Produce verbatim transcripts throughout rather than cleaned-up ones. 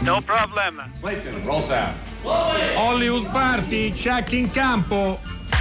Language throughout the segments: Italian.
No problem. Clayton, roll sound. Hollywood Party, check in campo.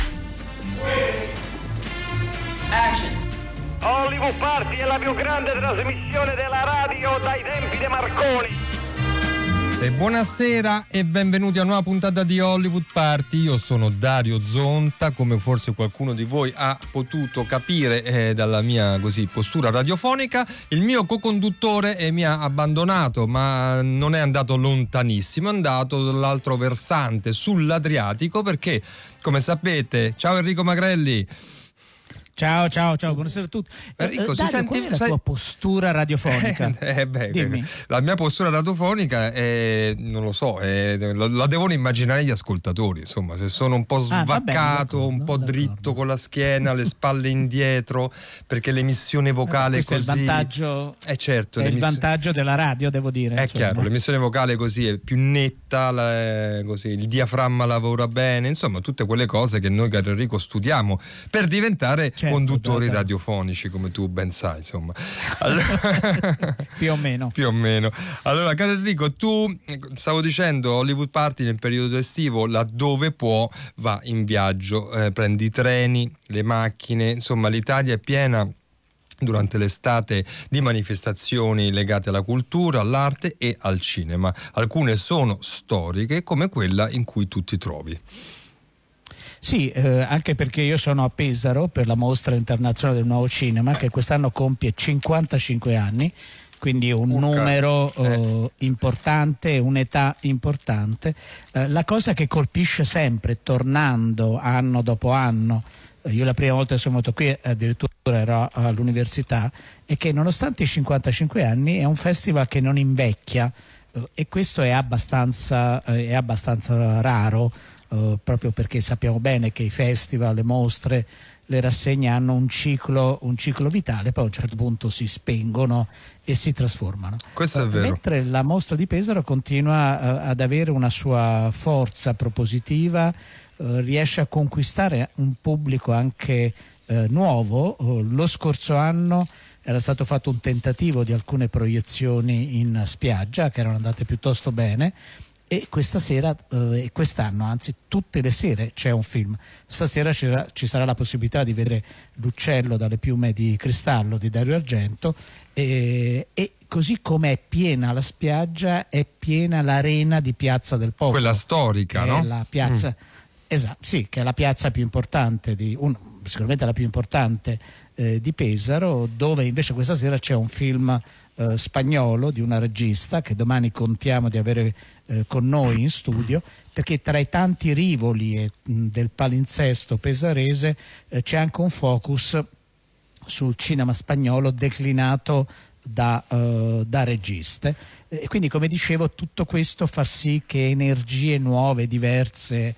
Action. Hollywood Party è la più grande trasmissione della radio dai tempi di Marconi. E buonasera e benvenuti a una nuova puntata di Hollywood Party. Io sono Dario Zonta, come forse qualcuno di voi ha potuto capire eh, dalla mia così postura radiofonica. Il mio co-conduttore eh, mi ha abbandonato, ma non è andato lontanissimo, è andato dall'altro versante, sull'Adriatico, perché come sapete, ciao Enrico Magrelli. Ciao, ciao, ciao, buonasera a tutti. Enrico, eh, si Dario, sente, qual è la sai... tua postura radiofonica? eh, beh, Dimmi. La mia postura radiofonica è, non lo so, è, la, la devono immaginare gli ascoltatori, insomma, se sono un po' svaccato, ah, vabbè, un po' d'accordo. dritto con la schiena, le spalle indietro, perché l'emissione vocale eh, così... è il vantaggio, eh, certo, è il vantaggio della radio, devo dire. È insomma. chiaro, l'emissione vocale così è più netta, la, così, il diaframma lavora bene, insomma, tutte quelle cose che noi, caro Enrico, studiamo per diventare certo, conduttori da, da. radiofonici, come tu ben sai, insomma. Allora... più o meno. Più o meno. Allora, caro Enrico, tu, stavo dicendo, Hollywood Party nel periodo estivo, laddove può, va in viaggio, eh, prendi i treni, le macchine, insomma, l'Italia è piena durante l'estate di manifestazioni legate alla cultura, all'arte e al cinema. Alcune sono storiche, come quella in cui tu ti trovi. Sì, eh, anche perché io sono a Pesaro per la Mostra Internazionale del Nuovo Cinema, che quest'anno compie cinquantacinque anni, quindi un Un numero eh. eh, importante, un'età importante. Eh, la cosa che colpisce sempre, tornando anno dopo anno, eh, io la prima volta che sono venuto qui addirittura ero all'università, è che nonostante i cinquantacinque anni è un festival che non invecchia, eh, e questo è abbastanza, eh, è abbastanza raro. Uh, proprio perché sappiamo bene che i festival, le mostre, le rassegne hanno un ciclo, un ciclo vitale, poi a un certo punto si spengono e si trasformano. Questo uh, è vero. Mentre la mostra di Pesaro continua uh, ad avere una sua forza propositiva, uh, riesce a conquistare un pubblico anche uh, nuovo. Uh, lo scorso anno era stato fatto un tentativo di alcune proiezioni in spiaggia che erano andate piuttosto bene. E questa sera, eh, quest'anno, anzi tutte le sere c'è un film. Stasera ci, ci sarà la possibilità di vedere L'uccello dalle piume di cristallo di Dario Argento, e, e così come è piena la spiaggia, è piena l'arena di Piazza del Popolo. Quella storica, che no? È la piazza, mm. Esatto, sì, che è la piazza più importante, di, un, sicuramente la più importante eh, di Pesaro, dove invece questa sera c'è un film eh, spagnolo di una regista che domani contiamo di avere eh, con noi in studio, perché tra i tanti rivoli eh, del palinsesto pesarese eh, c'è anche un focus sul cinema spagnolo declinato da, uh, da registe, e quindi, come dicevo, tutto questo fa sì che energie nuove, diverse,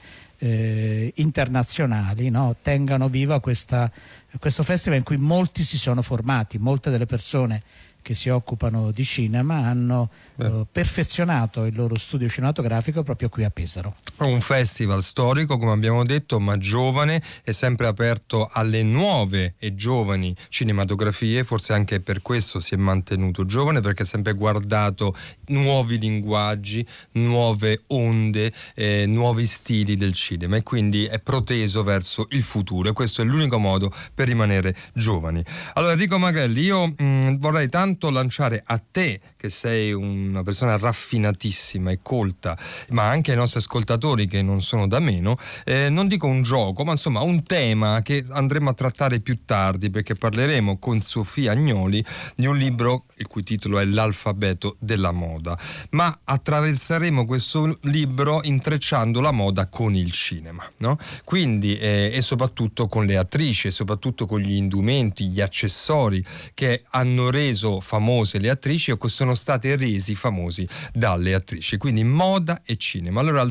eh, internazionali, no, tengano viva questa, questo festival in cui molti si sono formati. Molte delle persone che si occupano di cinema hanno eh, perfezionato il loro studio cinematografico proprio qui a Pesaro. Un festival storico, come abbiamo detto, ma giovane, è sempre aperto alle nuove e giovani cinematografie, forse anche per questo si è mantenuto giovane, perché ha sempre guardato nuovi linguaggi, nuove onde, eh, nuovi stili del cinema, e quindi è proteso verso il futuro, e questo è l'unico modo per rimanere giovani. Allora, Enrico Magrelli, io mh, vorrei tanto lanciare a te, che sei una persona raffinatissima e colta, ma anche ai nostri ascoltatori, che non sono da meno, eh, non dico un gioco, ma insomma un tema che andremo a trattare più tardi, perché parleremo con Sofia Agnoli di un libro il cui titolo è L'alfabeto della moda, ma attraverseremo questo libro intrecciando la moda con il cinema, no? Quindi eh, e soprattutto con le attrici, e soprattutto con gli indumenti, gli accessori che hanno reso famose le attrici o che sono state resi famosi dalle attrici, quindi moda e cinema. Allora al tre tre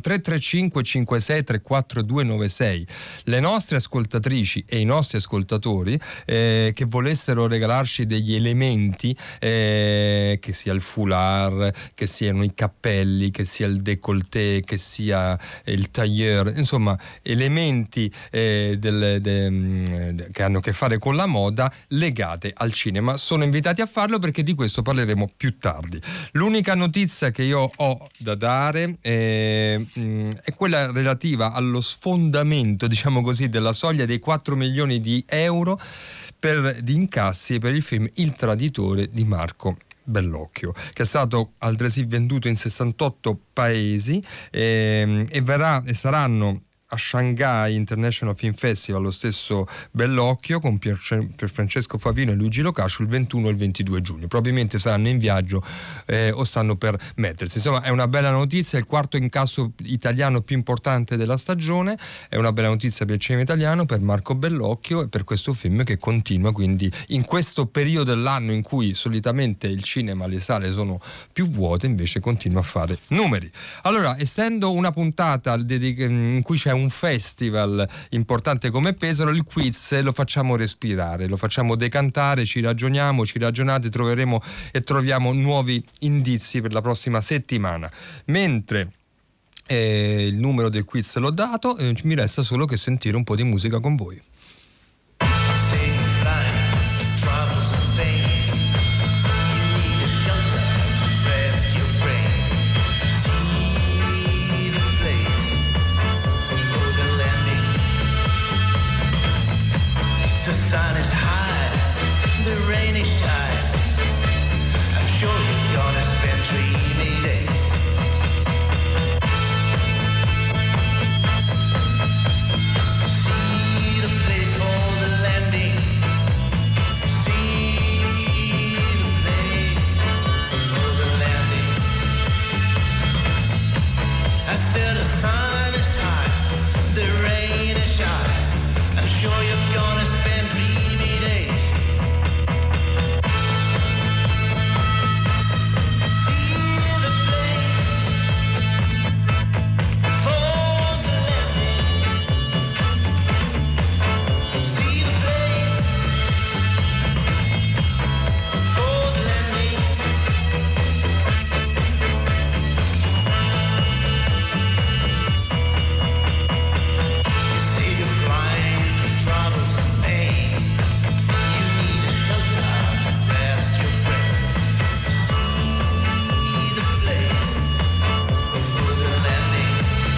cinque cinque sei tre quattro due nove sei. Le nostre ascoltatrici e i nostri ascoltatori eh, che volessero regalarci degli elementi, eh, che sia il foulard, che siano i cappelli, che sia il décolleté, che sia il tailleur, insomma elementi eh, del, de, de, che hanno a che fare con la moda legate al cinema, sono invitati a farlo, perché di questo parleremo più tardi. L'unica notizia che io ho da dare è, è quella relativa allo sfondamento, diciamo così, della soglia dei quattro milioni di euro per, di incassi per il film Il Traditore di Marco Bellocchio, che è stato altresì venduto in sessantotto paesi e, e, verrà, e saranno a Shanghai International Film Festival lo stesso Bellocchio con Pier, Pier Francesco Favino e Luigi Locascio il ventuno e il ventidue giugno. Probabilmente saranno in viaggio eh, o stanno per mettersi. Insomma, è una bella notizia, è il quarto incasso italiano più importante della stagione, è una bella notizia per il cinema italiano, per Marco Bellocchio e per questo film che continua quindi in questo periodo dell'anno in cui solitamente il cinema, le sale sono più vuote, invece continua a fare numeri. Allora, essendo una puntata in cui c'è un un festival importante come Pesaro, il quiz lo facciamo respirare, lo facciamo decantare, ci ragioniamo, ci ragionate, troveremo e troviamo nuovi indizi per la prossima settimana. Mentre eh, il numero del quiz l'ho dato, eh, mi resta solo che sentire un po' di musica con voi. Sun is high, the rain is shy. I'm sure you're gonna spend dreamy days. See the place for the landing. See the place for the landing. I said the sun is high, the rain is shy. I'm sure you're gonna spend dreamy days. See the place for the landing. See the place for the landing. You see you're flying from troubles and pains. You need a shelter to rest your brain. See the place for the landing.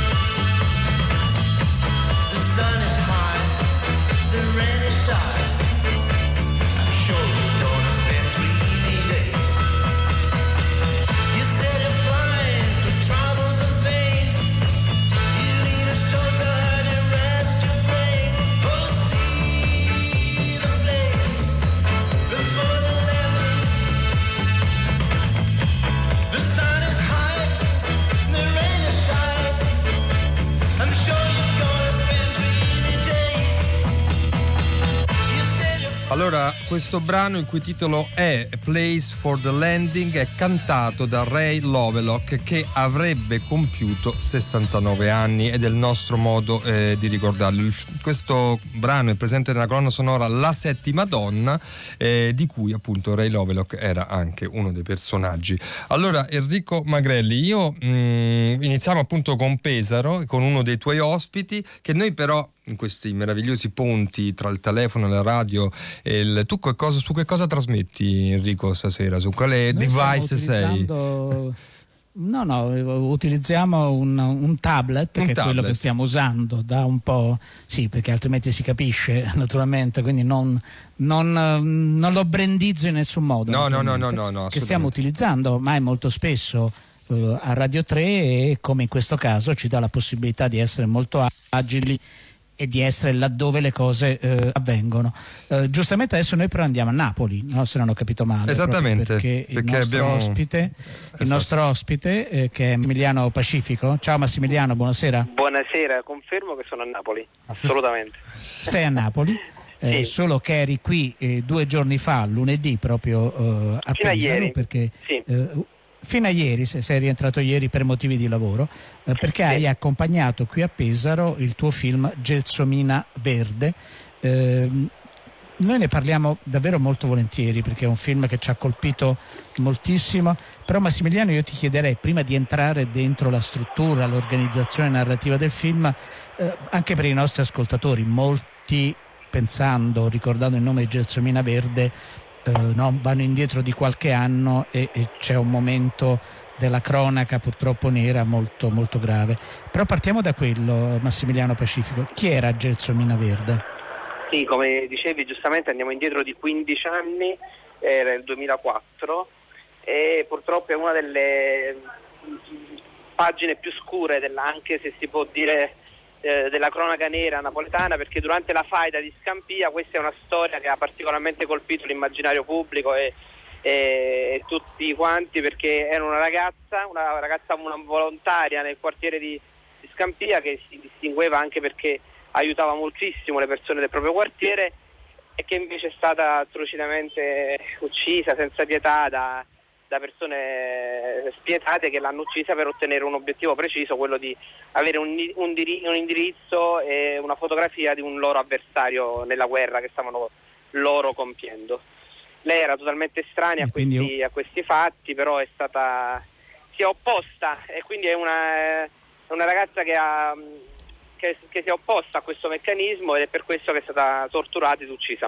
The sun is high, the rain is shy. I'm sure you're gonna spend dreamy days. You said you're flying through troubles and pains. You need a shelter to rest your brain. Oh, see the place before the landing. The sun is high, the rain is shy. I'm sure you're gonna spend dreamy days. You said you're Allora, questo brano, il cui titolo è A Place for the Landing, è cantato da Ray Lovelock, che avrebbe compiuto sessantanove anni, ed è il nostro modo eh, di ricordarlo. Il- questo brano è presente nella colonna sonora La Settima Donna, eh, di cui appunto Ray Lovelock era anche uno dei personaggi. Allora, Enrico Magrelli, io mh, iniziamo appunto con Pesaro, con uno dei tuoi ospiti, che noi però in questi meravigliosi ponti tra il telefono e la radio e il, tu che cosa, su che cosa trasmetti, Enrico, stasera? Su quale Noi device stiamo sei? utilizzando- No, no, utilizziamo un, un tablet, Un che è quello tablet. che stiamo usando da un po', sì, perché altrimenti si capisce naturalmente, quindi non, non, eh, non lo brandizzo in nessun modo. No, no, no, naturalmente, no, no, no, che stiamo assolutamente. utilizzando ormai molto spesso eh, a Radio tre, e come in questo caso ci dà la possibilità di essere molto agili e di essere laddove le cose eh, avvengono. Eh, giustamente adesso noi però andiamo a Napoli, no? Se non ho capito male. Esattamente, proprio perché, il perché nostro abbiamo- ospite, il Esatto. nostro ospite eh, che è Massimiliano Pacifico. Ciao Massimiliano, buonasera. Buonasera, confermo che sono a Napoli, assolutamente. Sei a Napoli, eh, Sì. solo che eri qui eh, due giorni fa, lunedì proprio eh, a Fino a Pesaro, ieri. perché Sì. eh, fino a ieri, se sei rientrato ieri per motivi di lavoro, eh, perché Sì. hai accompagnato qui a Pesaro il tuo film Gelsomina Verde. Eh, noi ne parliamo davvero molto volentieri perché è un film che ci ha colpito moltissimo, però Massimiliano, io ti chiederei, prima di entrare dentro la struttura, l'organizzazione narrativa del film, eh, anche per i nostri ascoltatori, molti pensando, ricordando il nome di Gelsomina Verde, eh, no, vanno indietro di qualche anno e, e c'è un momento della cronaca purtroppo nera molto molto grave. Però partiamo da quello, Massimiliano Pacifico. Chi era Gelsomina Verde? Sì, come dicevi giustamente andiamo indietro di quindici anni, era il duemilaquattro e purtroppo è una delle pagine più scure della, anche se si può dire eh, della cronaca nera napoletana, perché durante la faida di Scampia questa è una storia che ha particolarmente colpito l'immaginario pubblico e, e, e tutti quanti, perché era una ragazza, una ragazza una volontaria nel quartiere di, di Scampia che si distingueva anche perché aiutava moltissimo le persone del proprio quartiere e che invece è stata trucidamente uccisa senza pietà da, da persone spietate che l'hanno uccisa per ottenere un obiettivo preciso, quello di avere un, un, diri, un indirizzo e una fotografia di un loro avversario nella guerra che stavano loro compiendo. Lei era totalmente estranea a questi, io... a questi fatti, però è stata si è opposta e quindi è una, è una ragazza che ha Che, che si è opposta a questo meccanismo ed è per questo che è stata torturata ed uccisa.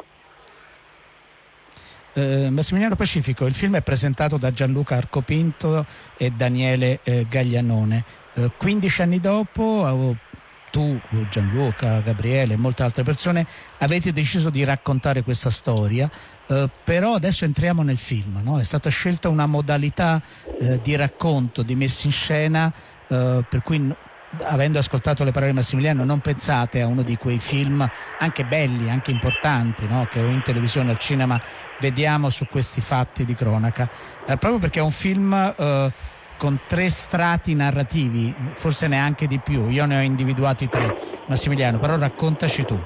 Eh, Massimiliano Pacifico, il film è presentato da Gianluca Arcopinto e Daniele eh, Gaglianone. Eh, quindici anni dopo, eh, tu, Gianluca, Gabriele e molte altre persone avete deciso di raccontare questa storia, eh, però adesso entriamo nel film, no? È stata scelta una modalità eh, di racconto, di messa in scena, eh, per cui... No, avendo ascoltato le parole di Massimiliano, non pensate a uno di quei film anche belli, anche importanti, no? Che in televisione, al cinema vediamo su questi fatti di cronaca, eh, proprio perché è un film eh, con tre strati narrativi, forse neanche di più. Io ne ho individuati tre, Massimiliano, però raccontaci tu.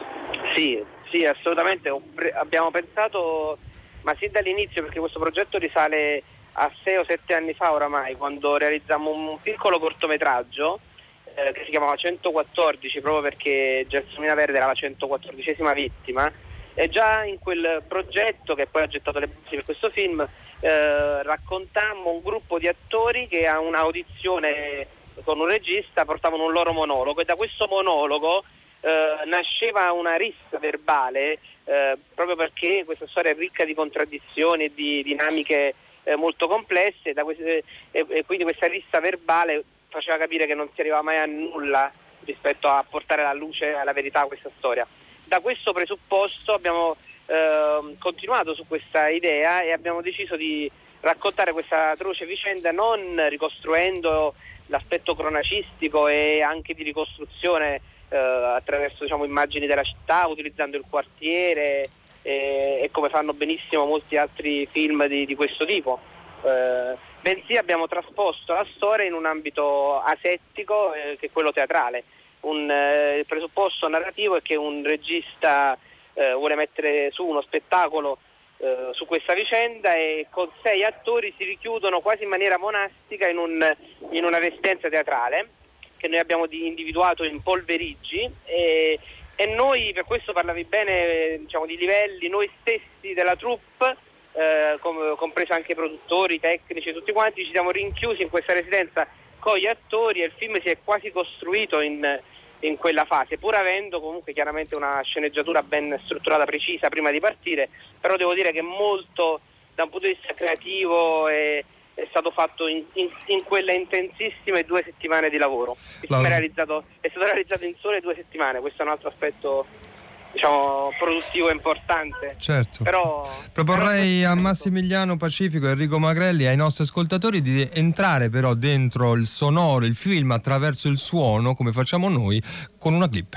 Sì, sì, assolutamente. Abbiamo pensato, ma sin dall'inizio, perché questo progetto risale a sei o sette anni fa oramai, quando realizzammo un piccolo cortometraggio eh, che si chiamava centoquattordici, proprio perché Gelsomina Verde era la centoquattordicesima vittima, e già in quel progetto, che poi ha gettato le basi per questo film, eh, raccontammo un gruppo di attori che a un'audizione con un regista portavano un loro monologo, e da questo monologo eh, nasceva una rissa verbale, eh, proprio perché questa storia è ricca di contraddizioni e di dinamiche molto complesse, da queste, e, e quindi questa lista verbale faceva capire che non si arrivava mai a nulla rispetto a portare alla luce, alla verità, questa storia. Da questo presupposto abbiamo eh, continuato su questa idea e abbiamo deciso di raccontare questa atroce vicenda non ricostruendo l'aspetto cronacistico e anche di ricostruzione eh, attraverso, diciamo, immagini della città, utilizzando il quartiere e, e come fanno benissimo molti altri film di, di questo tipo, eh, bensì abbiamo trasposto la storia in un ambito asettico eh, che è quello teatrale. Un, eh, il presupposto narrativo è che un regista eh, vuole mettere su uno spettacolo eh, su questa vicenda, e con sei attori si richiudono quasi in maniera monastica in, un, in una residenza teatrale che noi abbiamo di, individuato in Polverigi, e, e noi, per questo parlavi bene, diciamo, di livelli, noi stessi della troupe, eh, com, compreso anche i produttori, tecnici, tutti quanti, ci siamo rinchiusi in questa residenza con gli attori, e il film si è quasi costruito in, in quella fase, pur avendo comunque chiaramente una sceneggiatura ben strutturata, precisa prima di partire. Però devo dire che molto da un punto di vista creativo è, è stato fatto in, in, in quelle intensissime due settimane di lavoro. Il film è, realizzato, è stato realizzato in sole due settimane, questo è un altro aspetto, diciamo, produttivo importante. Certo. Però, proporrei però... a Massimiliano Pacifico e Enrico Magrelli, ai nostri ascoltatori, di entrare però dentro il sonoro, il film, attraverso il suono, come facciamo noi, con una clip.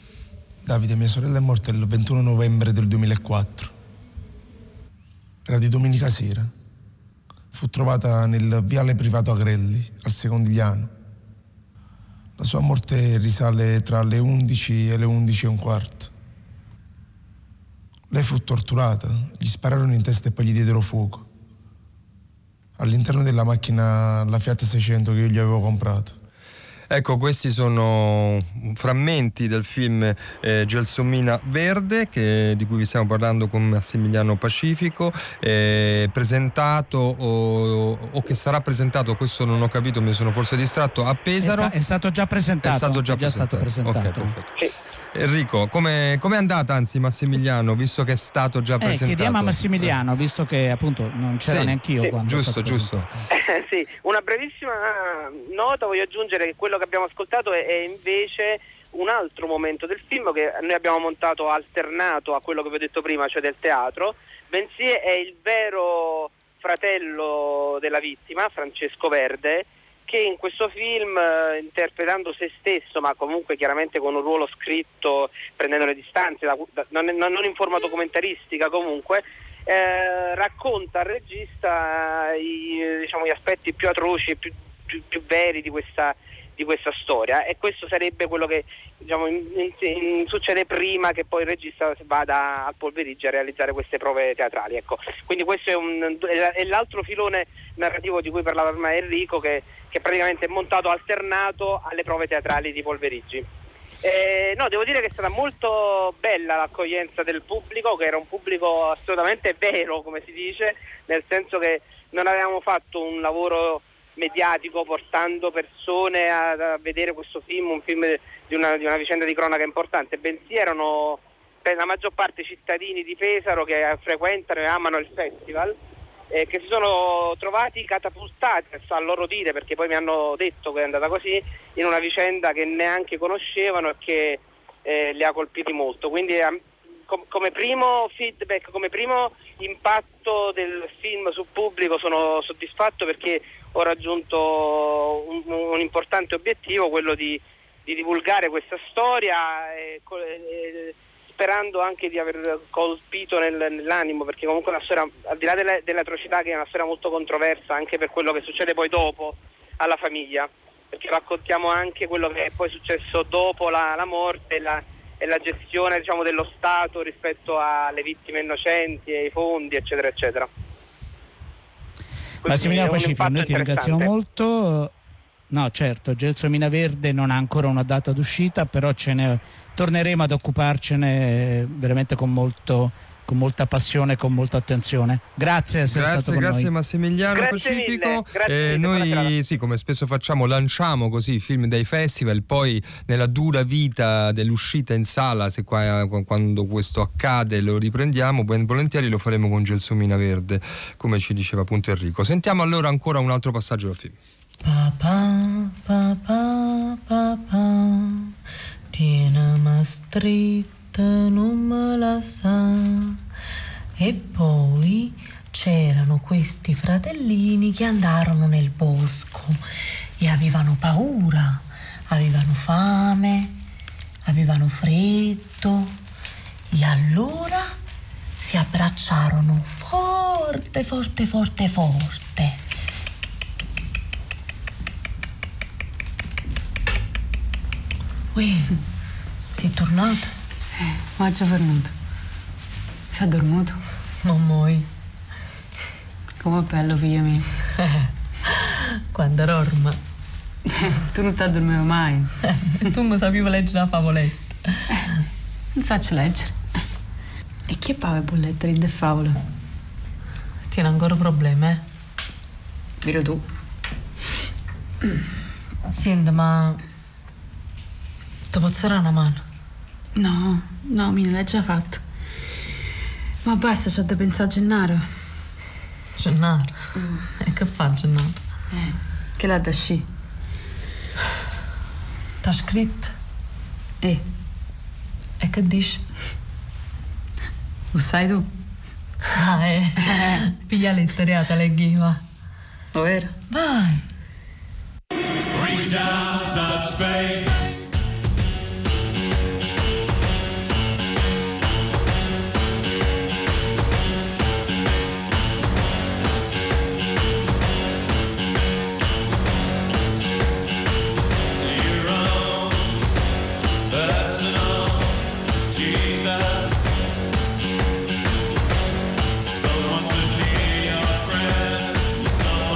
Davide, mia sorella, è morta il ventuno novembre del duemilaquattro. Era di domenica sera. Fu trovata nel viale privato Agrelli, al Secondigliano. La sua morte risale tra le undici e le undici e un quarto. Lei fu torturata, gli spararono in testa e poi gli diedero fuoco. all'interno della macchina, la Fiat seicento che io gli avevo comprato. Ecco, questi sono frammenti del film eh, Gelsomina Verde, che, di cui vi stiamo parlando con Massimiliano Pacifico, eh, presentato o, o che sarà presentato, questo non ho capito, mi sono forse distratto, a Pesaro. È, sta, è stato già presentato. È stato già, è già presentato. stato presentato. Ok, perfetto. Sì. Enrico, come è andata, anzi Massimiliano, visto che è stato già Eh, presentato? chiediamo a Massimiliano, visto che appunto non c'ero Sì, neanch'io sì. quando. Giusto, giusto. Eh, sì, una brevissima nota, voglio aggiungere che quello che abbiamo ascoltato è, è invece un altro momento del film che noi abbiamo montato alternato a quello che vi ho detto prima, cioè del teatro, bensì è il vero fratello della vittima, Francesco Verde, che in questo film, eh, interpretando se stesso, ma comunque chiaramente con un ruolo scritto, prendendo le distanze, da, da, non, non in forma documentaristica comunque, eh, racconta al regista i, diciamo, gli aspetti più atroci, più, più, più veri di questa, di questa storia, e questo sarebbe quello che, diciamo, in, in, in, succede prima che poi il regista vada al Polverigi a realizzare queste prove teatrali. Ecco. Quindi questo è, un, è l'altro filone narrativo di cui parlava ormai Enrico, che, che praticamente è montato alternato alle prove teatrali di Polverigi. Eh, no, devo dire che è stata molto bella l'accoglienza del pubblico, che era un pubblico assolutamente vero, come si dice, nel senso che non avevamo fatto un lavoro mediatico portando persone a, a vedere questo film, un film di una, di una vicenda di cronaca importante, bensì erano per la maggior parte cittadini di Pesaro che frequentano e amano il festival, eh, che si sono trovati catapultati, a loro dire, perché poi mi hanno detto che è andata così, in una vicenda che neanche conoscevano e che eh, li ha colpiti molto. Quindi eh, com- come primo feedback, come primo impatto del film sul pubblico sono soddisfatto, perché ho raggiunto un, un importante obiettivo, quello di, di divulgare questa storia, e, e, sperando anche di aver colpito nel, nell'animo, perché comunque è una storia, al di là delle, delle atrocità, che è una storia molto controversa anche per quello che succede poi dopo alla famiglia, perché raccontiamo anche quello che è poi successo dopo la, la morte e la, e la gestione, diciamo, dello Stato rispetto alle vittime innocenti, ai fondi, eccetera eccetera. Massimiliano Pacifico, noi ti ringraziamo molto. No, certo, Gelsomina Verde non ha ancora una data d'uscita, però ce ne torneremo ad occuparcene veramente con molto, con molta passione, con molta attenzione. Grazie di essere grazie, stato con grazie noi. Massimiliano Grazie Pacifico. mille, grazie eh, mille, noi sì, come spesso facciamo, lanciamo così i film dai festival, poi nella dura vita dell'uscita in sala, se qua, quando questo accade, lo riprendiamo, ben volentieri lo faremo con Gelsomina Verde, come ci diceva appunto Enrico. Sentiamo allora ancora un altro passaggio del film. Papà, papà, papà, tienimi stretta, non me la sa. E poi c'erano questi fratellini che andarono nel bosco e avevano paura, avevano fame, avevano freddo, e allora si abbracciarono forte, forte, forte, forte. Ui, sei tornata? Eh, ma già venuto. Sei addormato? Non muoio. Com'è bello, figlio mio. Quando ero orma. Tu non ti addormevi mai. E tu mi sapevi leggere la favoletta. Non sacci leggere. E chi paga le bollette di favole? Tieni ancora problemi, eh? Vero tu. Senti, ma... ti posso dare una mano? No, no, mi l'hai già fatto. Ma basta, c'ho da pensare a Gennaro. Gennaro? Mm. E che fa Gennaro? Eh, che l'ha da sci. T'ha scritto? Eh. E che dici? Lo sai tu? Ah, eh. Piglia letterata, leggi, va. Lo vero? Vai. Reach out, touch faith. Someone to hear your prayers, someone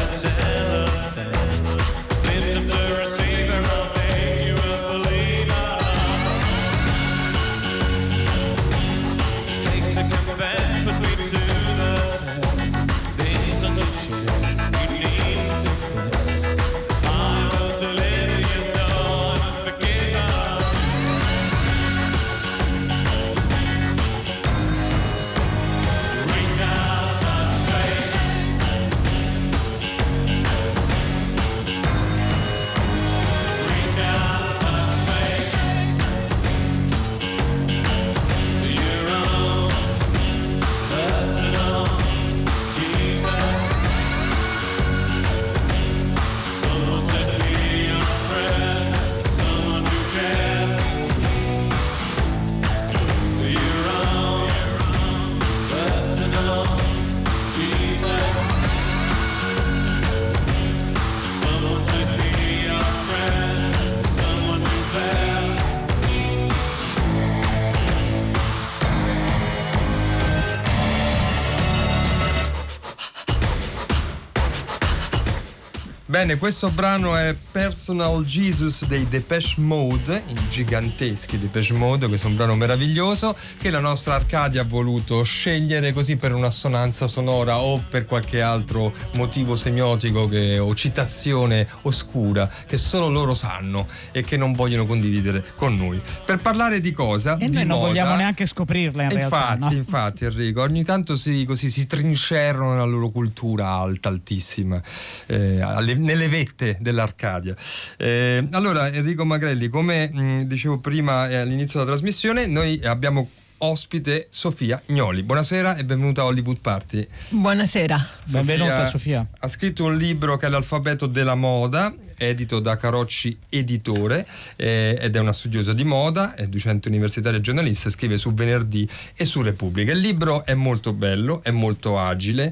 Bene, questo brano è Personal Jesus dei Depeche Mode, i giganteschi Depeche Mode. Questo è un brano meraviglioso che la nostra Arcadia ha voluto scegliere così per un'assonanza sonora o per qualche altro motivo semiotico che, o citazione oscura che solo loro sanno e che non vogliono condividere con noi. Per parlare di cosa? E di noi non moda, vogliamo neanche scoprirla in infatti, realtà, no? Infatti Enrico, ogni tanto si, così, si trincerano nella loro cultura alta, altissima, eh, alle, nelle vette dell'Arcadia. Eh, allora Enrico Magrelli, come mh, dicevo prima eh, all'inizio della trasmissione, noi abbiamo ospite Sofia Gnoli. Buonasera e benvenuta a Hollywood Party. Buonasera. Benvenuta Sofia. Ha scritto un libro che è L'alfabeto della moda, edito da Carocci Editore, eh, ed è una studiosa di moda, è docente universitaria e giornalista, scrive su Venerdì e su Repubblica. Il libro è molto bello, è molto agile,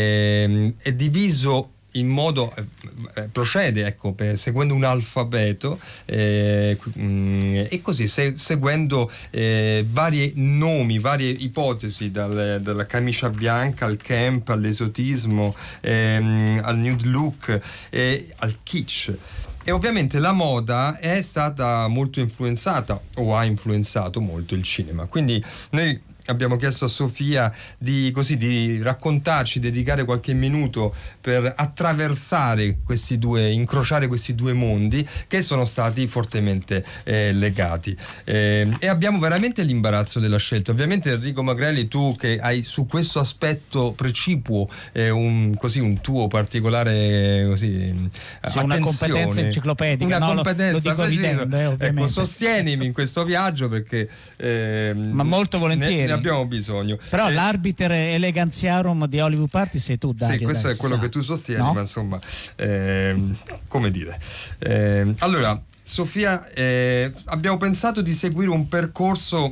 eh, è diviso in modo eh, procede ecco per, seguendo un alfabeto eh, mh, e così se, seguendo eh, vari nomi, varie ipotesi, dal, dalla camicia bianca al camp, all'esotismo, ehm, al nude look, eh, al kitsch. E ovviamente la moda è stata molto influenzata o ha influenzato molto il cinema, quindi noi abbiamo chiesto a Sofia di, così, di raccontarci, dedicare qualche minuto per attraversare questi due, incrociare questi due mondi che sono stati fortemente eh, legati. Eh, e abbiamo veramente l'imbarazzo della scelta. Ovviamente Enrico Magrelli, tu che hai su questo aspetto precipuo eh, un, così, un tuo particolare così, sì, una competenza enciclopedica, una no? competenza lo, lo dico ridendo, eh, ecco, sostienimi in questo viaggio perché eh, ma molto volentieri. Ne, ne abbiamo bisogno. Però eh, l'arbiter elegantiarum di Hollywood Party sei tu, Dario. Sì, questo dai, è quello sa. che tu sostieni, no? ma insomma, ehm, come dire. Ehm, allora, Sofia, eh, abbiamo pensato di seguire un percorso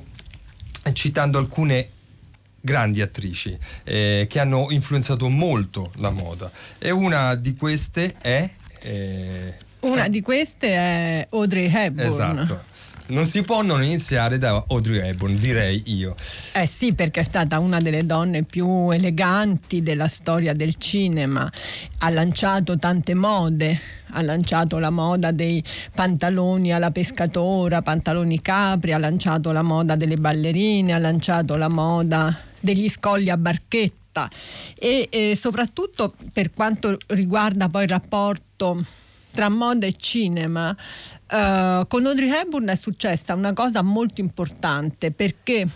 citando alcune grandi attrici eh, che hanno influenzato molto la moda. E una di queste è... Eh, una sa- di queste è Audrey Hepburn. Esatto. Non si può non iniziare da Audrey Hepburn, direi io. Eh sì, perché è stata una delle donne più eleganti della storia del cinema. Ha lanciato tante mode, ha lanciato la moda dei pantaloni alla pescatora, pantaloni capri, ha lanciato la moda delle ballerine, ha lanciato la moda degli scogli a barchetta e, e soprattutto per quanto riguarda poi il rapporto tra moda e cinema, uh, con Audrey Hepburn è successa una cosa molto importante, perché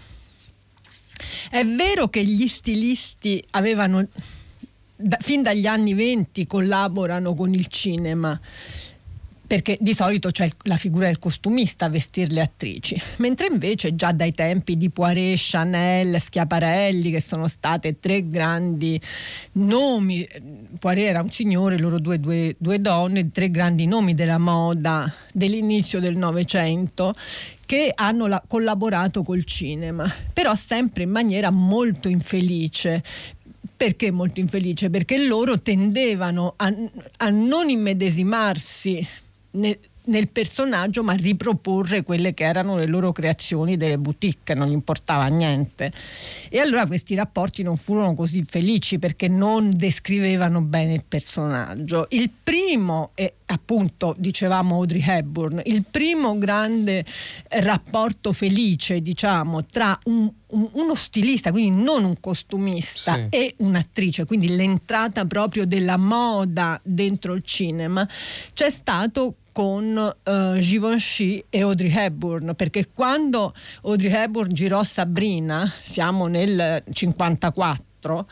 è vero che gli stilisti avevano da, fin dagli anni venti collaborano con il cinema, perché di solito c'è la figura del costumista a vestire le attrici, mentre invece già dai tempi di Poiret, Chanel, Schiaparelli, che sono state tre grandi nomi, Poiret era un signore, loro due, due, due donne, tre grandi nomi della moda dell'inizio del Novecento, che hanno la, collaborato col cinema, però sempre in maniera molto infelice. Perché molto infelice? Perché loro tendevano a, a non immedesimarsi Ne, nel personaggio, ma riproporre quelle che erano le loro creazioni delle boutique, non gli importava niente. E allora questi rapporti non furono così felici perché non descrivevano bene il personaggio. Il primo, e appunto dicevamo Audrey Hepburn, il primo grande rapporto felice, diciamo, tra un uno stilista, quindi non un costumista, sì, e un'attrice, quindi l'entrata proprio della moda dentro il cinema, c'è stato con uh, Givenchy e Audrey Hepburn, perché quando Audrey Hepburn girò Sabrina, siamo nel cinquantaquattro,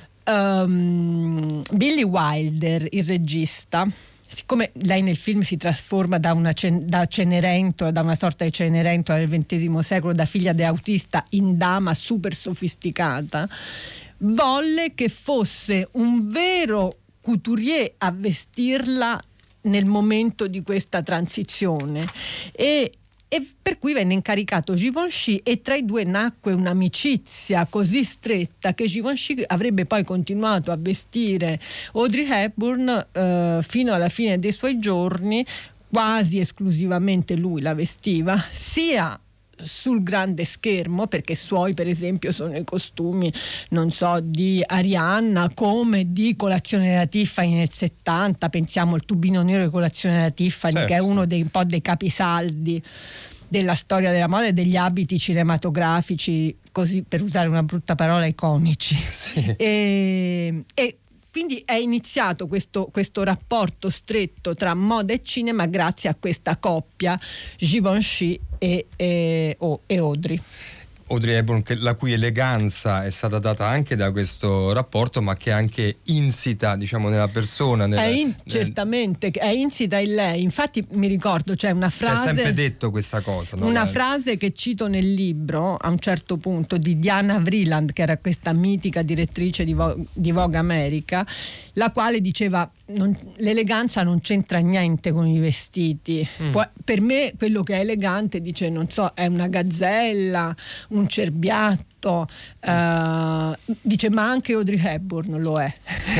um, Billy Wilder, il regista, siccome lei nel film si trasforma da una cen- da Cenerentola, da una sorta di Cenerentola del ventesimo secolo, da figlia di autista in dama super sofisticata, volle che fosse un vero couturier a vestirla nel momento di questa transizione, e e per cui venne incaricato Givenchy, e tra i due nacque un'amicizia così stretta che Givenchy avrebbe poi continuato a vestire Audrey Hepburn eh, fino alla fine dei suoi giorni. Quasi esclusivamente lui la vestiva, sia sul grande schermo, perché suoi per esempio sono i costumi, non so, di Arianna, come di Colazione della Tiffany nel settanta, pensiamo al tubino nero di Colazione della Tiffany, certo, che è uno dei un po' dei capisaldi della storia della moda e degli abiti cinematografici, così per usare una brutta parola, iconici. Sì. E, e quindi è iniziato questo, questo rapporto stretto tra moda e cinema grazie a questa coppia Givenchy e, e, oh, e Audrey. Audrey Hepburn, la cui eleganza è stata data anche da questo rapporto, ma che è anche insita, diciamo, nella persona. Nella, è in, nel... Certamente, è insita in lei. Infatti mi ricordo, c'è una frase... Si è sempre detto questa cosa, no? Una La... frase che cito nel libro, a un certo punto, di Diana Vreeland, che era questa mitica direttrice di Vogue, di Vogue America, la quale diceva: non, l'eleganza non c'entra niente con i vestiti. Mm. Poi, per me quello che è elegante, dice, non so, è una gazzella, un cerbiatto, uh, dice, ma anche Audrey Hepburn lo è.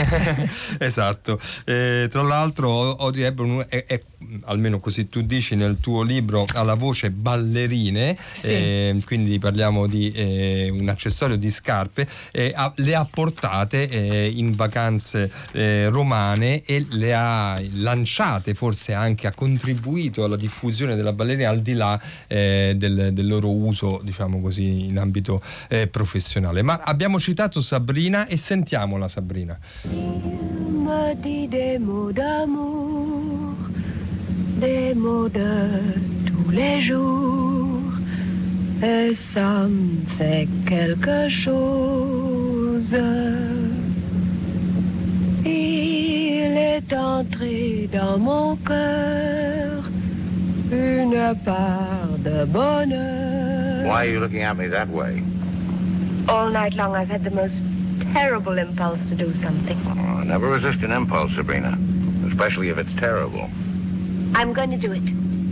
Esatto. Eh, tra l'altro Audrey Hepburn è, è, almeno così tu dici nel tuo libro, ha la voce ballerine, sì, eh, quindi parliamo di eh, un accessorio di scarpe, eh, ha, le ha portate eh, in vacanze eh, romane e le ha lanciate, forse anche ha contribuito alla diffusione della ballerina al di là eh, del, del loro uso, diciamo così, in ambito eh, professionale. Ma abbiamo citato Sabrina e sentiamola, Sabrina. Me dit des mots d'amour, des mots de tous les jours, et ça me fait quelque chose. Il est entré dans mon cœur une part de bonheur. Why are you looking at me that way? All night long I've had the most terrible impulse to do something. Oh, never resist an impulse, Sabrina, especially if it's terrible. I'm going to do it.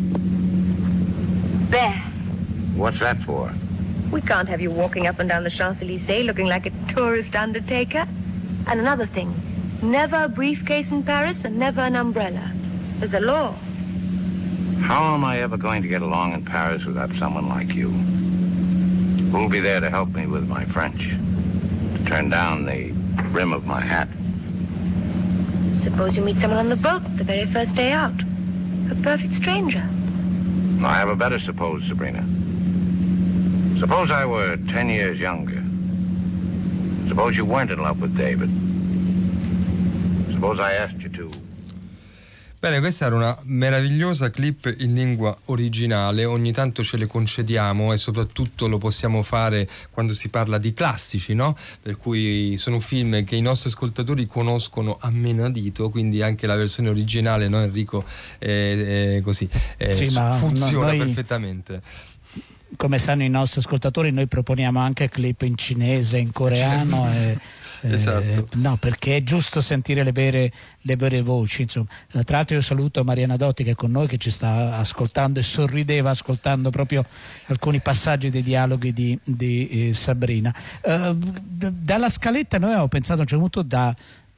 There. What's that for? We can't have you walking up and down the Champs-Élysées looking like a tourist undertaker. And another thing, never a briefcase in Paris and never an umbrella. There's a law. How am I ever going to get along in Paris without someone like you? Who'll be there to help me with my French? To turn down the brim of my hat? Suppose you meet someone on the boat the very first day out. A perfect stranger. I have a better suppose, Sabrina. Suppose I were ten years younger. Suppose you weren't in love with David. Suppose I asked you to. Bene, questa era una meravigliosa clip in lingua originale, ogni tanto ce le concediamo e soprattutto lo possiamo fare quando si parla di classici, no? Per cui sono film che i nostri ascoltatori conoscono a menadito, quindi anche la versione originale, no Enrico? Eh, eh, così eh, sì, funziona noi... perfettamente. Come sanno i nostri ascoltatori, noi proponiamo anche clip in cinese, in coreano, certo. e, esatto. eh, no, perché è giusto sentire le vere, le vere voci, insomma. Tra l'altro io saluto Mariana Dotti che è con noi, che ci sta ascoltando e sorrideva ascoltando proprio alcuni passaggi dei dialoghi di, di eh, Sabrina. Uh, d- dalla scaletta noi avevamo pensato a un certo punto da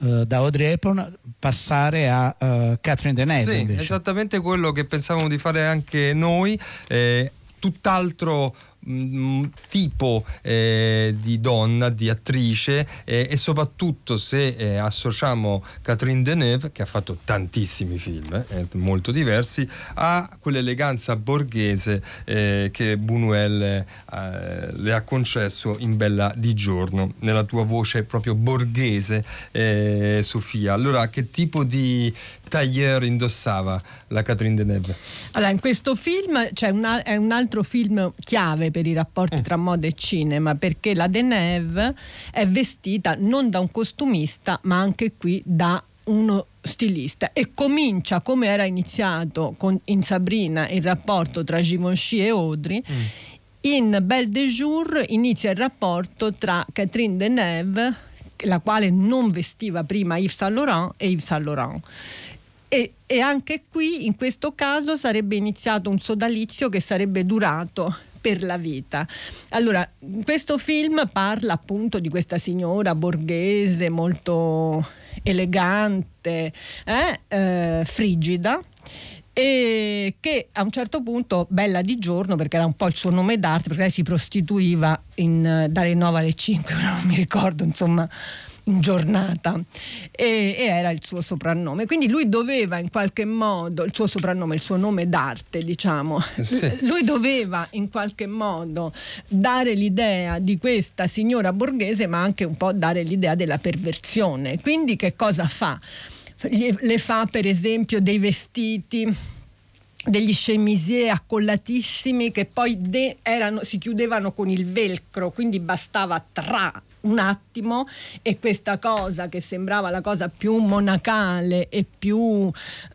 uh, da Audrey Hepburn passare a uh, Catherine Deneuve. Sì, invece. Esattamente quello che pensavamo di fare anche noi, eh, tutt'altro mh, tipo eh, di donna, di attrice, eh, e soprattutto se eh, associamo Catherine Deneuve, che ha fatto tantissimi film eh, molto diversi, a quell'eleganza borghese eh, che Buñuel eh, le ha concesso in Bella di giorno, nella tua voce proprio borghese, eh, Sofia. Allora, che tipo di tailleur indossava la Catherine Deneuve? Allora, in questo film c'è una, è un altro film chiave per i rapporti tra moda e cinema, perché la Deneuve è vestita non da un costumista, ma anche qui da uno stilista, e comincia come era iniziato con, in Sabrina, il rapporto tra Givenchy e Audrey. Mm. In Belle de Jour inizia il rapporto tra Catherine Deneuve, la quale non vestiva prima Yves Saint Laurent, e Yves Saint Laurent. E, e anche qui, in questo caso, sarebbe iniziato un sodalizio che sarebbe durato per la vita. Allora, questo film parla appunto di questa signora borghese molto elegante, eh, eh, frigida, e che a un certo punto, Bella di giorno, perché era un po' il suo nome d'arte, perché lei si prostituiva in, dalle nove alle cinque, non mi ricordo, insomma, in giornata, e, e era il suo soprannome. Quindi lui doveva in qualche modo, il suo soprannome, il suo nome d'arte, diciamo, sì. Lui doveva in qualche modo dare l'idea di questa signora borghese, ma anche un po' dare l'idea della perversione. Quindi che cosa fa? Le fa per esempio dei vestiti, degli chemisier accollatissimi che poi de- erano, si chiudevano con il velcro, quindi bastava tra un attimo e questa cosa che sembrava la cosa più monacale e più uh,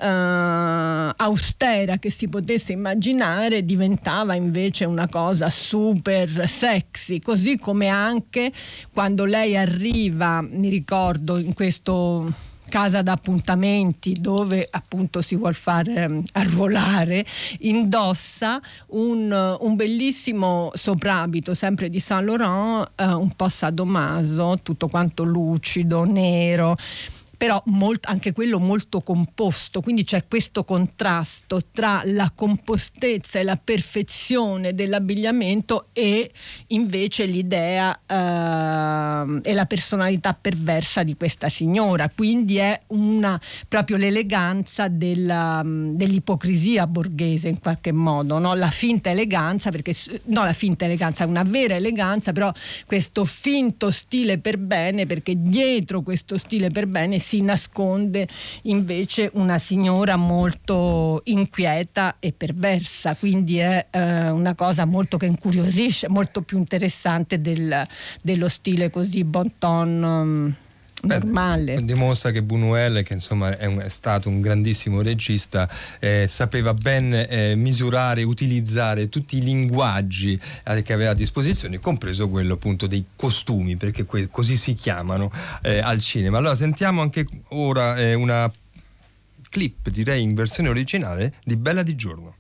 austera che si potesse immaginare diventava invece una cosa super sexy, così come anche quando lei arriva, mi ricordo, in questo casa d'appuntamenti dove appunto si vuol far eh, arruolare, indossa un, un bellissimo soprabito sempre di Saint Laurent, eh, un po' sadomaso, tutto quanto lucido, nero, però molt, anche quello molto composto, quindi c'è questo contrasto tra la compostezza e la perfezione dell'abbigliamento e invece l'idea eh, e la personalità perversa di questa signora. Quindi è una proprio l'eleganza della, dell'ipocrisia borghese in qualche modo, no? La finta eleganza, perché no, la finta eleganza è una vera eleganza, però questo finto stile per bene, perché dietro questo stile per bene si nasconde invece una signora molto inquieta e perversa, quindi è eh, una cosa molto che incuriosisce, molto più interessante del, dello stile così bon ton um, normale. Beh, dimostra che Buñuel, che insomma è, un, è stato un grandissimo regista, eh, sapeva ben eh, misurare, utilizzare tutti i linguaggi eh, che aveva a disposizione, compreso quello appunto dei costumi, perché que- così si chiamano eh, al cinema. Allora sentiamo anche ora eh, una clip, direi in versione originale, di Bella di giorno.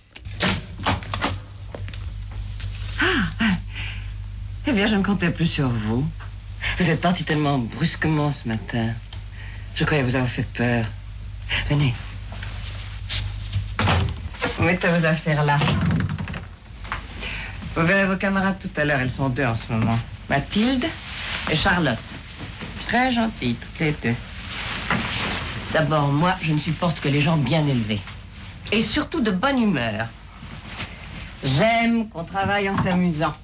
Ah, eh bien, je ne comptais plus sur vous. Vous êtes parti tellement brusquement ce matin. Je croyais vous avoir fait peur. Venez. Vous mettez vos affaires là. Vous verrez vos camarades tout à l'heure, elles sont deux en ce moment. Mathilde et Charlotte. Très gentilles, toutes les deux. D'abord, moi, je ne supporte que les gens bien élevés. Et surtout de bonne humeur. J'aime qu'on travaille en s'amusant.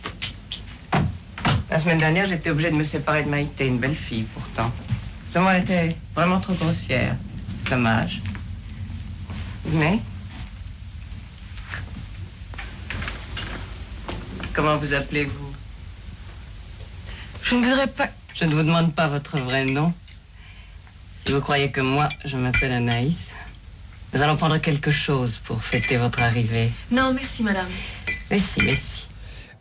La semaine dernière, j'étais obligée de me séparer de Maïté, une belle fille pourtant. Seulement, elle était vraiment trop grossière. Dommage. Mais... Comment vous appelez-vous? Je ne voudrais pas... Je ne vous demande pas votre vrai nom. Si vous croyez que moi, je m'appelle Anaïs, nous allons prendre quelque chose pour fêter votre arrivée. Non, merci, madame. Mais si, mais si.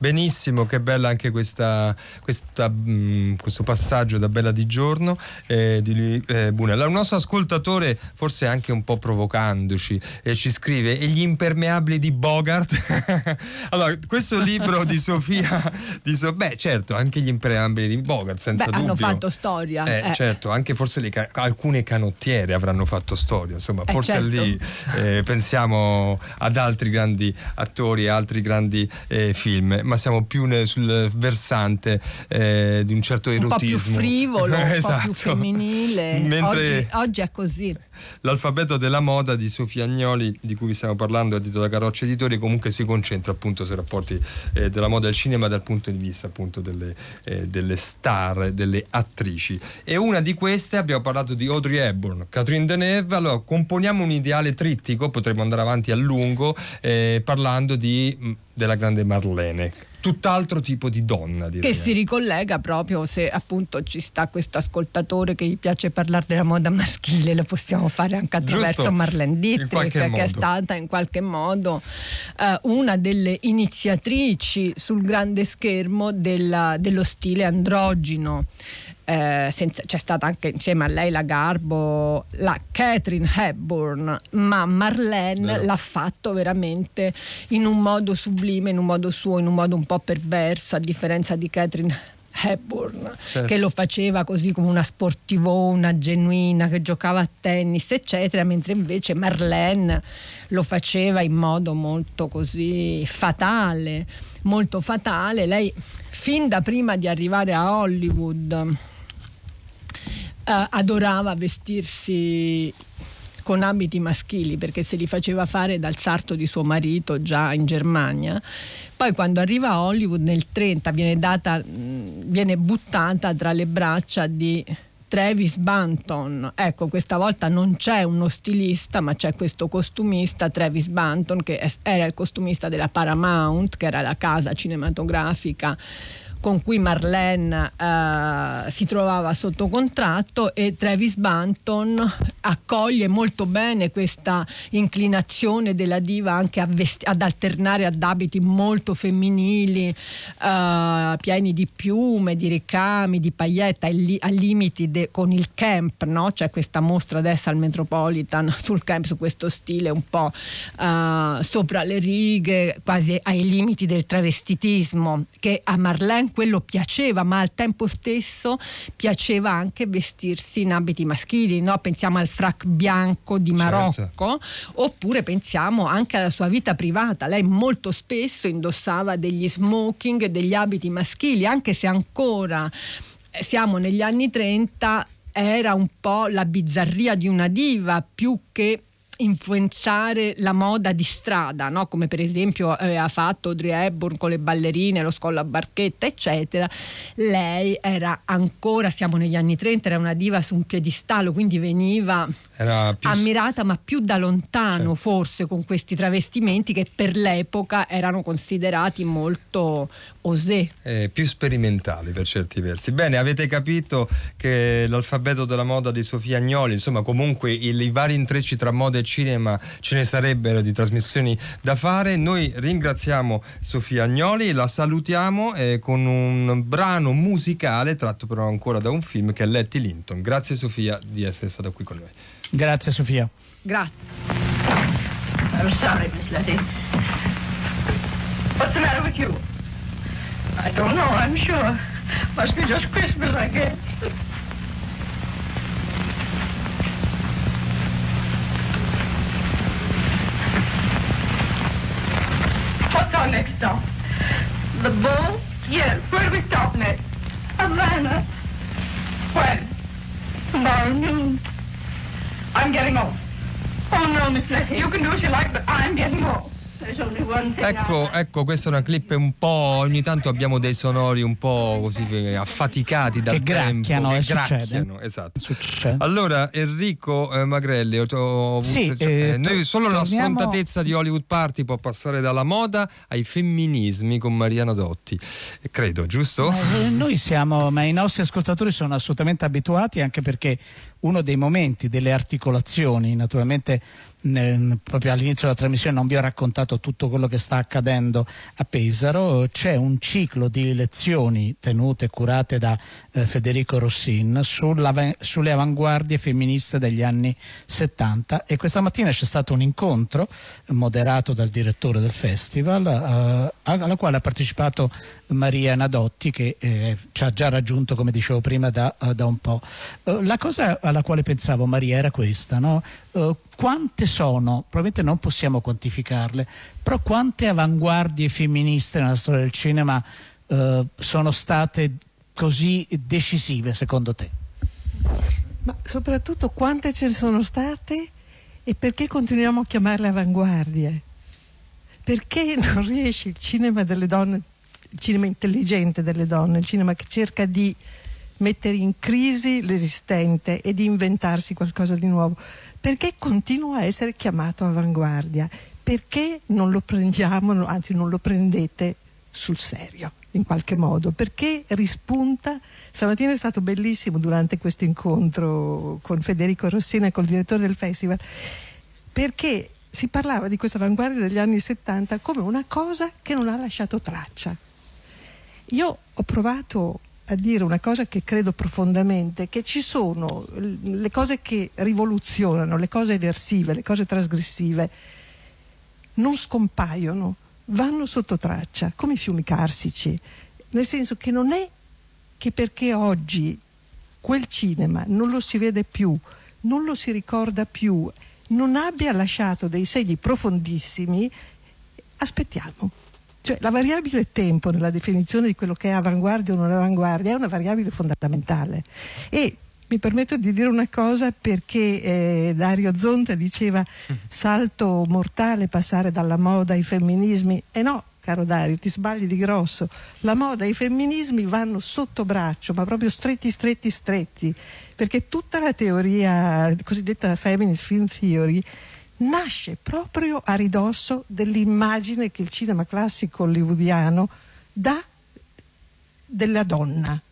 Benissimo, che bella anche questa, questa, mh, questo passaggio da Bella di giorno eh, di eh, Bunella. Un nostro ascoltatore, forse anche un po' provocandoci, eh, ci scrive: e gli impermeabili di Bogart? Allora, questo libro di Sofia di so- beh certo, anche gli impermeabili di Bogart, senza Beh, dubbio. hanno fatto storia. Eh, eh. Certo, anche forse le ca- alcune canottiere avranno fatto storia, insomma, Eh, forse certo. lì eh, pensiamo ad altri grandi attori, altri grandi eh, film, ma siamo più ne- sul versante eh, di un certo Un po' più erotismo. frivolo, un Esatto. po' più femminile. Mentre Oggi, oggi è così. l'alfabeto della moda di Sofia Agnoli, di cui vi stiamo parlando, edito da Carroccio Editori, comunque si concentra appunto sui rapporti eh, della moda e del cinema dal punto di vista appunto delle, eh, delle star, delle attrici. E una di queste, abbiamo parlato di Audrey Hepburn, Catherine Deneuve. Allora componiamo un ideale trittico, potremmo andare avanti a lungo eh, parlando di, mh, della grande Marlene, tutt'altro tipo di donna, direi. Che si ricollega proprio, se appunto ci sta questo ascoltatore che gli piace parlare della moda maschile, lo possiamo fare anche attraverso Giusto, Marlene Dietrich, qualche che modo. è stata in qualche modo eh, una delle iniziatrici sul grande schermo della- dello stile androgino. Eh, senza- c'è stata anche insieme a lei la Garbo, la Catherine Hepburn, ma Marlene Vero. l'ha fatto veramente in un modo sublime, in un modo suo, in un modo un po' perverso, a differenza di Catherine Hepburn, Certo. che lo faceva così come una sportivona genuina che giocava a tennis eccetera, mentre invece Marlene lo faceva in modo molto così fatale, molto fatale. Lei fin da prima di arrivare a Hollywood eh, adorava vestirsi con abiti maschili, perché se li faceva fare dal sarto di suo marito già in Germania. Poi quando arriva a Hollywood nel trenta viene data, mh, viene buttata tra le braccia di Travis Banton. Ecco, questa volta non c'è uno stilista, ma c'è questo costumista, Travis Banton, che es- era il costumista della Paramount, che era la casa cinematografica con cui Marlene eh, si trovava sotto contratto, e Travis Banton accoglie molto bene questa inclinazione della diva anche a vesti- ad alternare ad abiti molto femminili, eh, pieni di piume, di ricami, di paillette, ai, li- ai limiti de- con il camp, no? C'è questa mostra adesso al Metropolitan sul camp, su questo stile un po' eh, sopra le righe, quasi ai limiti del travestitismo, che a Marlene quello piaceva, ma al tempo stesso piaceva anche vestirsi in abiti maschili, no? Pensiamo al frac bianco di Marocco, certo. Oppure pensiamo anche alla sua vita privata. Lei molto spesso indossava degli smoking, degli abiti maschili, anche se ancora siamo negli anni trenta, era un po' la bizzarria di una diva più che influenzare la moda di strada, no? Come per esempio aveva fatto Audrey Hepburn con le ballerine, lo scollo a barchetta eccetera. Lei era ancora, siamo negli anni trenta, era una diva su un piedistallo, quindi veniva Era più... ammirata, ma più da lontano, certo. Forse con questi travestimenti che per l'epoca erano considerati molto osé, eh, più sperimentali per certi versi. Bene, avete capito che l'alfabeto della moda di Sofia Agnoli, insomma, comunque i, i vari intrecci tra moda e cinema ce ne sarebbero di trasmissioni da fare. Noi ringraziamo Sofia Agnoli, la salutiamo eh, con un brano musicale tratto però ancora da un film, che è Letty Linton. Grazie Sofia di essere stata qui con noi. Grazie Sofia. Grazie. I'm sorry, Miss Letty. What's the matter with you? I don't know, I'm sure. Must be just Christmas, I guess. What's our next stop? The Bull? Yes. Where do we stop next? Havana. When? Tomorrow noon. I'm getting off. Oh no, Miss Letty, you can do as you like, but I'm getting off. There's only one thing. Ecco, I... ecco, questa è una clip un po', ogni tanto abbiamo dei sonori un po' così eh, affaticati dal che tempo, gracchiano, che e gracchiano, succede. esatto. Succede. Allora, Enrico eh, Magrelli, ho, ho, Sì, cioè, eh, eh, noi solo torniamo... la sfrontatezza di Hollywood Party può passare dalla moda ai femminismi con Mariano Dotti, credo, giusto? Ma, eh, noi siamo, ma i nostri ascoltatori sono assolutamente abituati, anche perché uno dei momenti delle articolazioni, naturalmente ne, proprio all'inizio della trasmissione non vi ho raccontato raccontato tutto quello che sta accadendo a Pesaro. C'è un ciclo di lezioni tenute e curate da eh, Federico Rossin sulla, sulle avanguardie femministe degli anni settanta, e questa mattina c'è stato un incontro moderato dal direttore del festival eh, alla quale ha partecipato Maria Nadotti, che eh, ci ha già raggiunto, come dicevo prima, da, uh, da un po'. Uh, la cosa alla quale pensavo, Maria, era questa, no? Uh, quante sono, probabilmente non possiamo quantificarle, però quante avanguardie femministe nella storia del cinema uh, sono state così decisive, secondo te? Ma soprattutto quante ce ne sono state e perché continuiamo a chiamarle avanguardie? Perché non riesce il cinema delle donne, il cinema intelligente delle donne, il cinema che cerca di mettere in crisi l'esistente e di inventarsi qualcosa di nuovo, perché continua a essere chiamato avanguardia? Perché non lo prendiamo, anzi non lo prendete sul serio in qualche modo? Perché rispunta? Stamattina è stato bellissimo durante questo incontro con Federico Rossini e col direttore del festival, perché si parlava di questa avanguardia degli anni settanta come una cosa che non ha lasciato traccia. Io ho provato a dire una cosa che credo profondamente, che ci sono le cose che rivoluzionano, le cose eversive, le cose trasgressive, non scompaiono, vanno sotto traccia, come i fiumi carsici, nel senso che non è che perché oggi quel cinema non lo si vede più, non lo si ricorda più, non abbia lasciato dei segni profondissimi, aspettiamo. Cioè la variabile tempo nella definizione di quello che è avanguardia o non avanguardia è una variabile fondamentale. E mi permetto di dire una cosa perché eh, Dario Zonta diceva salto mortale passare dalla moda ai femminismi. E no, caro Dario, ti sbagli di grosso. La moda e i femminismi vanno sotto braccio, ma proprio stretti, stretti, stretti, perché tutta la teoria cosiddetta feminist film theory nasce proprio a ridosso dell'immagine che il cinema classico hollywoodiano dà della donna.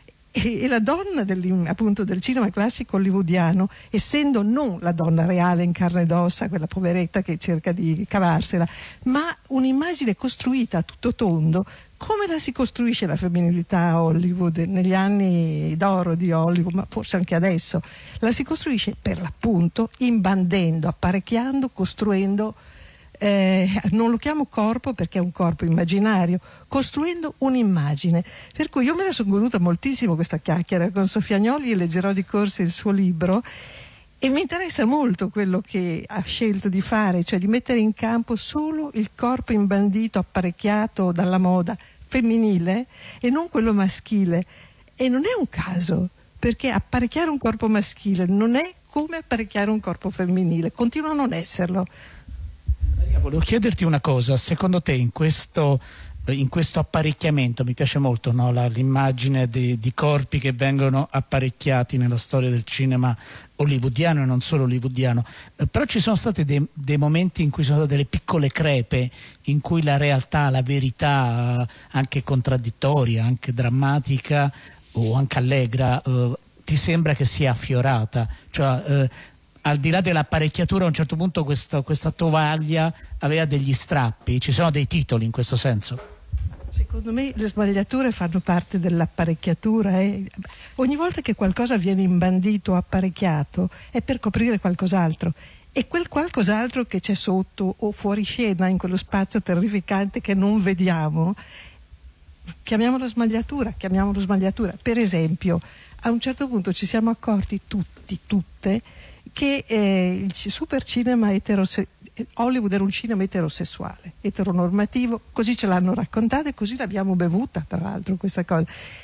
E, e la donna del, appunto, del cinema classico hollywoodiano, essendo non la donna reale in carne ed ossa, quella poveretta che cerca di cavarsela, ma un'immagine costruita a tutto tondo, come la si costruisce la femminilità a Hollywood negli anni d'oro di Hollywood, ma forse anche adesso, la si costruisce per l'appunto imbandendo, apparecchiando, costruendo, eh, non lo chiamo corpo perché è un corpo immaginario, costruendo un'immagine. Per cui io me la sono goduta moltissimo questa chiacchiera con Sofia Agnoli e leggerò di corsa il suo libro. E mi interessa molto quello che ha scelto di fare, cioè di mettere in campo solo il corpo imbandito, apparecchiato dalla moda femminile e non quello maschile. E non è un caso, perché apparecchiare un corpo maschile non è come apparecchiare un corpo femminile, continua a non esserlo. Maria, volevo chiederti una cosa, secondo te in questo... in questo apparecchiamento, mi piace molto, no? La, l'immagine di, di corpi che vengono apparecchiati nella storia del cinema hollywoodiano e non solo hollywoodiano, eh, però ci sono stati dei, dei momenti in cui sono state delle piccole crepe in cui la realtà, la verità, eh, anche contraddittoria, anche drammatica o anche allegra, eh, ti sembra che sia affiorata, cioè eh, al di là dell'apparecchiatura a un certo punto questo, questa tovaglia aveva degli strappi, ci sono dei titoli in questo senso? Secondo me le sbagliature fanno parte dell'apparecchiatura. Eh. Ogni volta che qualcosa viene imbandito o apparecchiato è per coprire qualcos'altro. E quel qualcos'altro che c'è sotto o fuori scena in quello spazio terrificante che non vediamo, chiamiamolo smagliatura, chiamiamolo smagliatura. Per esempio, a un certo punto ci siamo accorti tutti, tutte, che eh, il super cinema eterosessuale, Hollywood era un cinema eterosessuale, eteronormativo, così ce l'hanno raccontato e così l'abbiamo bevuta, tra l'altro, questa cosa.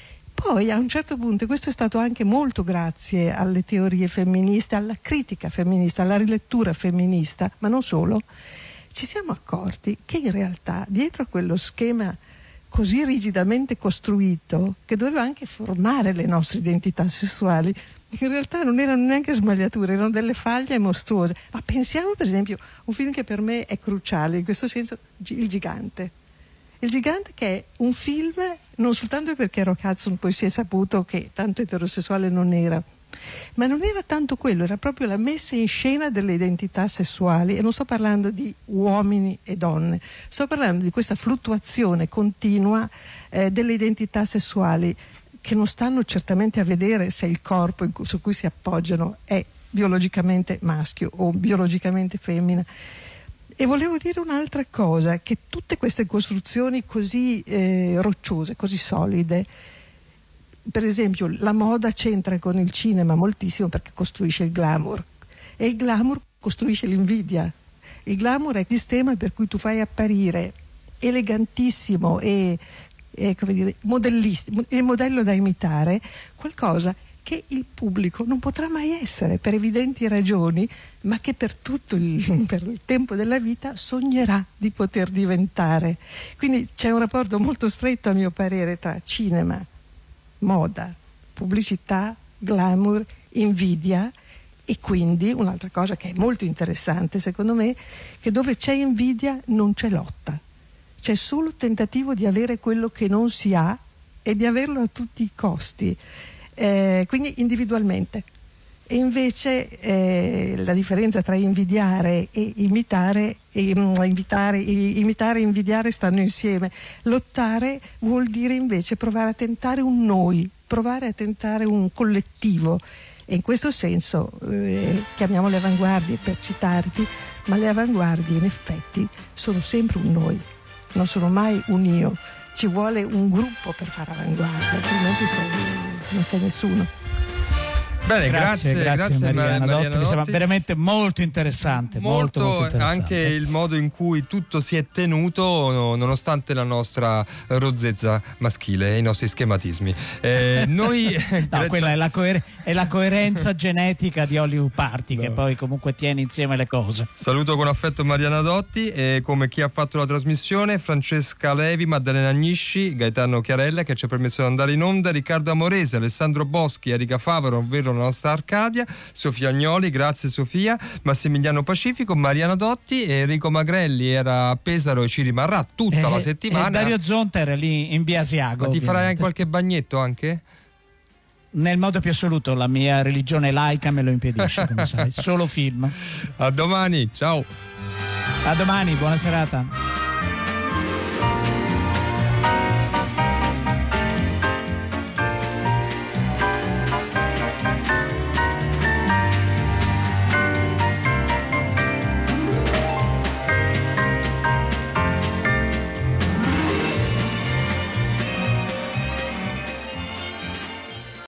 Poi a un certo punto, e questo è stato anche molto grazie alle teorie femministe, alla critica femminista, alla rilettura femminista, ma non solo, ci siamo accorti che in realtà dietro a quello schema così rigidamente costruito, che doveva anche formare le nostre identità sessuali, in realtà non erano neanche smagliature, erano delle faglie mostruose. Ma pensiamo per esempio a un film che per me è cruciale in questo senso, Il Gigante. Il Gigante, che è un film non soltanto perché Rock Hudson poi si è saputo che tanto eterosessuale non era, Ma non era tanto quello, era proprio la messa in scena delle identità sessuali, e non sto parlando di uomini e donne, sto parlando di questa fluttuazione continua eh, delle identità sessuali, che non stanno certamente a vedere se il corpo su cui si appoggiano è biologicamente maschio o biologicamente femmina. E volevo dire un'altra cosa, che tutte queste costruzioni così eh, rocciose, così solide, per esempio la moda c'entra con il cinema moltissimo perché costruisce il glamour, e il glamour costruisce l'invidia. Il glamour è il sistema per cui tu fai apparire elegantissimo e, e come dire, modellistico, il modello da imitare, qualcosa che il pubblico non potrà mai essere per evidenti ragioni, ma che per tutto il, per il tempo della vita sognerà di poter diventare. Quindi c'è un rapporto molto stretto, a mio parere, tra cinema, moda, pubblicità, glamour, invidia, e quindi un'altra cosa che è molto interessante secondo me, che dove c'è invidia non c'è lotta, c'è solo tentativo di avere quello che non si ha e di averlo a tutti i costi, eh, quindi individualmente. E invece eh, la differenza tra invidiare e imitare, e, um, invitare, imitare e invidiare stanno insieme. Lottare vuol dire invece provare a tentare un noi, provare a tentare un collettivo, e in questo senso eh, chiamiamo le avanguardie per citarti, ma le avanguardie in effetti sono sempre un noi, non sono mai un io. Ci vuole un gruppo per fare avanguardia, altrimenti sei, non sei nessuno. Bene, grazie, grazie, grazie, grazie Mariana, Mariana Dotti, Dotti. Mi sembra veramente molto interessante. Molto, Molto, molto interessante. Anche il modo in cui tutto si è tenuto, no, nonostante la nostra rozzezza maschile e i nostri schematismi. Eh, noi no, quella è la, coer- è la coerenza genetica di Hollywood Party, no, che poi comunque tiene insieme le cose. Saluto con affetto Mariana Dotti e come chi ha fatto la trasmissione, Francesca Levi, Maddalena Agnisci, Gaetano Chiarella che ci ha permesso di andare in onda, Riccardo Amorese, Alessandro Boschi, Erika Favaro, ovvero la nostra Arcadia, Sofia Agnoli, grazie Sofia, Massimiliano Pacifico, Mariana Dotti e Enrico Magrelli era a Pesaro e ci rimarrà tutta eh, la settimana. E Dario Zonta era lì in via Asiago. Ma ti ovviamente. farai anche qualche bagnetto anche? Nel modo più assoluto, la mia religione laica me lo impedisce, come sai, solo film. A domani, ciao. A domani, buona serata.